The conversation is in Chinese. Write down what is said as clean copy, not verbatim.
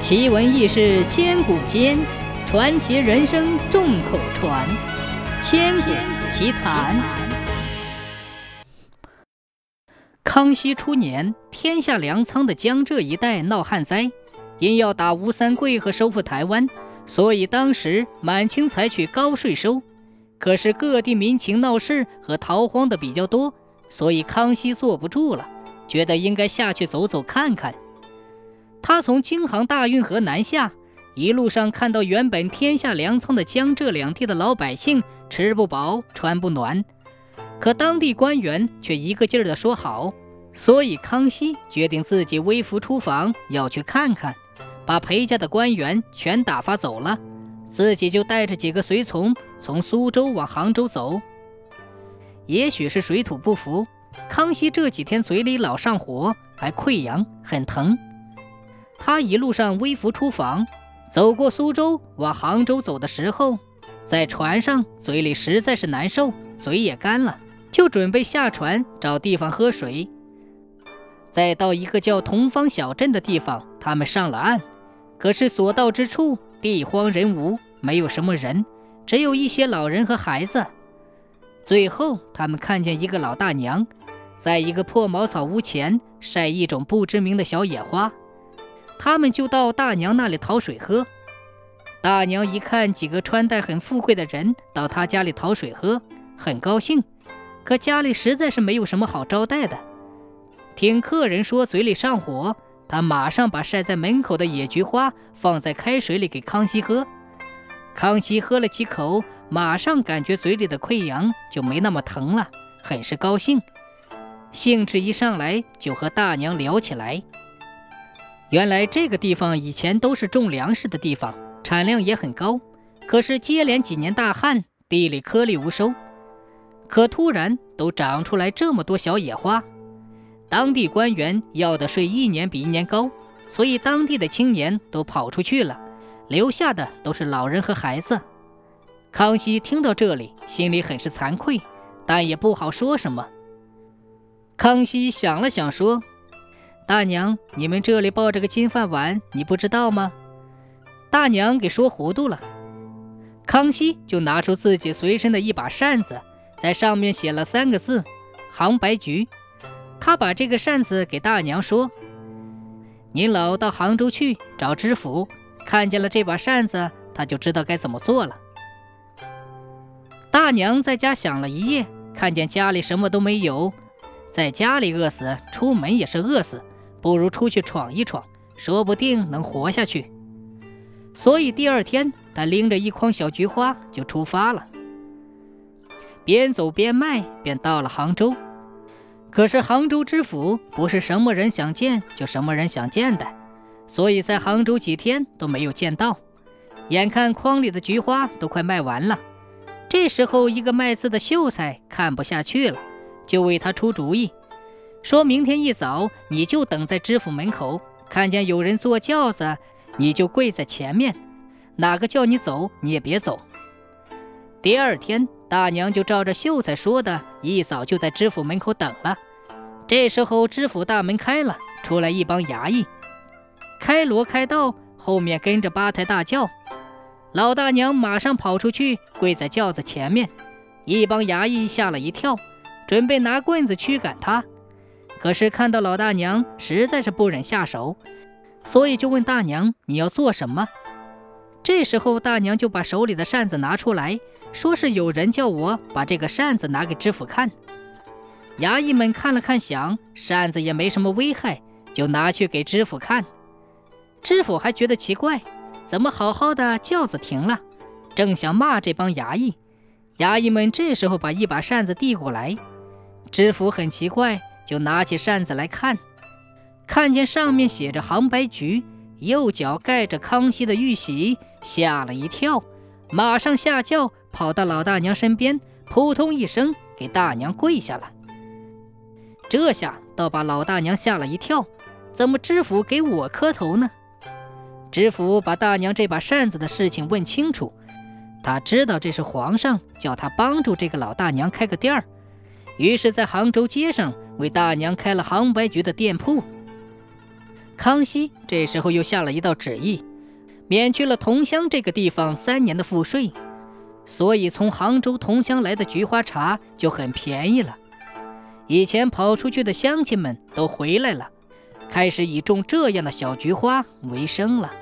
奇闻异事千古间，传奇人生众口传。千古奇谈。康熙初年，天下粮仓的江浙一带闹旱灾，因要打吴三桂和收复台湾，所以当时满清采取高税收。可是各地民情闹事和逃荒的比较多，所以康熙坐不住了，觉得应该下去走走看看。他从京杭大运河南下，一路上看到原本天下粮仓的江浙两地的老百姓吃不饱穿不暖，可当地官员却一个劲儿地说好，所以康熙决定自己微服出访，要去看看，把裴家的官员全打发走了，自己就带着几个随从从苏州往杭州走。也许是水土不服，康熙这几天嘴里老上火，还溃疡，很疼。他一路上微服出访，走过苏州往杭州走的时候，在船上嘴里实在是难受，嘴也干了，就准备下船找地方喝水。再到一个叫同方小镇的地方，他们上了岸，可是所到之处地荒人无，没有什么人，只有一些老人和孩子。最后他们看见一个老大娘在一个破茅草屋前晒一种不知名的小野花，他们就到大娘那里讨水喝。大娘一看几个穿戴很富贵的人到她家里讨水喝，很高兴，可家里实在是没有什么好招待的。听客人说嘴里上火，她马上把晒在门口的野菊花放在开水里给康熙喝。康熙喝了几口，马上感觉嘴里的溃疡就没那么疼了，很是高兴，兴致一上来就和大娘聊起来。原来这个地方以前都是种粮食的地方，产量也很高，可是接连几年大旱，地里颗粒无收，可突然都长出来这么多小野花。当地官员要的税一年比一年高，所以当地的青年都跑出去了，留下的都是老人和孩子。康熙听到这里，心里很是惭愧，但也不好说什么。康熙想了想说，大娘，你们这里抱着个金饭碗，你不知道吗？大娘给说糊涂了。康熙就拿出自己随身的一把扇子，在上面写了3个字：杭白菊。他把这个扇子给大娘说，您老到杭州去找知府，看见了这把扇子，他就知道该怎么做了。大娘在家想了一夜，看见家里什么都没有，在家里饿死，出门也是饿死，不如出去闯一闯，说不定能活下去。所以第二天他拎着一筐小菊花就出发了，边走边卖，便到了杭州。可是杭州知府不是什么人想见就什么人想见的，所以在杭州几天都没有见到。眼看筐里的菊花都快卖完了，这时候一个卖字的秀才看不下去了，就为他出主意，说明天一早你就等在知府门口，看见有人坐轿子，你就跪在前面，哪个叫你走你也别走。第二天大娘就照着秀才说的，一早就在知府门口等了。这时候知府大门开了，出来一帮衙役，开锣开道，后面跟着8抬大轿。老大娘马上跑出去，跪在轿子前面，一帮衙役吓了一跳，准备拿棍子驱赶他。可是看到老大娘实在是不忍下手，所以就问大娘，你要做什么？这时候大娘就把手里的扇子拿出来，说是有人叫我把这个扇子拿给知府看。衙役们看了看，想扇子也没什么危害，就拿去给知府看。知府还觉得奇怪，怎么好好的轿子停了，正想骂这帮衙役，衙役们这时候把一把扇子递过来。知府很奇怪，就拿起扇子来看，看见上面写着杭白菊，右脚盖着康熙的玉玺，吓了一跳，马上下轿跑到老大娘身边，扑通一声给大娘跪下了。这下倒把老大娘吓了一跳，怎么知府给我磕头呢？知府把大娘这把扇子的事情问清楚，他知道这是皇上叫他帮助这个老大娘开个店儿，于是在杭州街上为大娘开了杭白菊的店铺。 康熙这时候又下了一道旨意，免去了桐乡这个地方3年的赋税，所以从杭州桐乡来的菊花茶就很便宜了。以前跑出去的乡亲们都回来了，开始以种这样的小菊花为生了。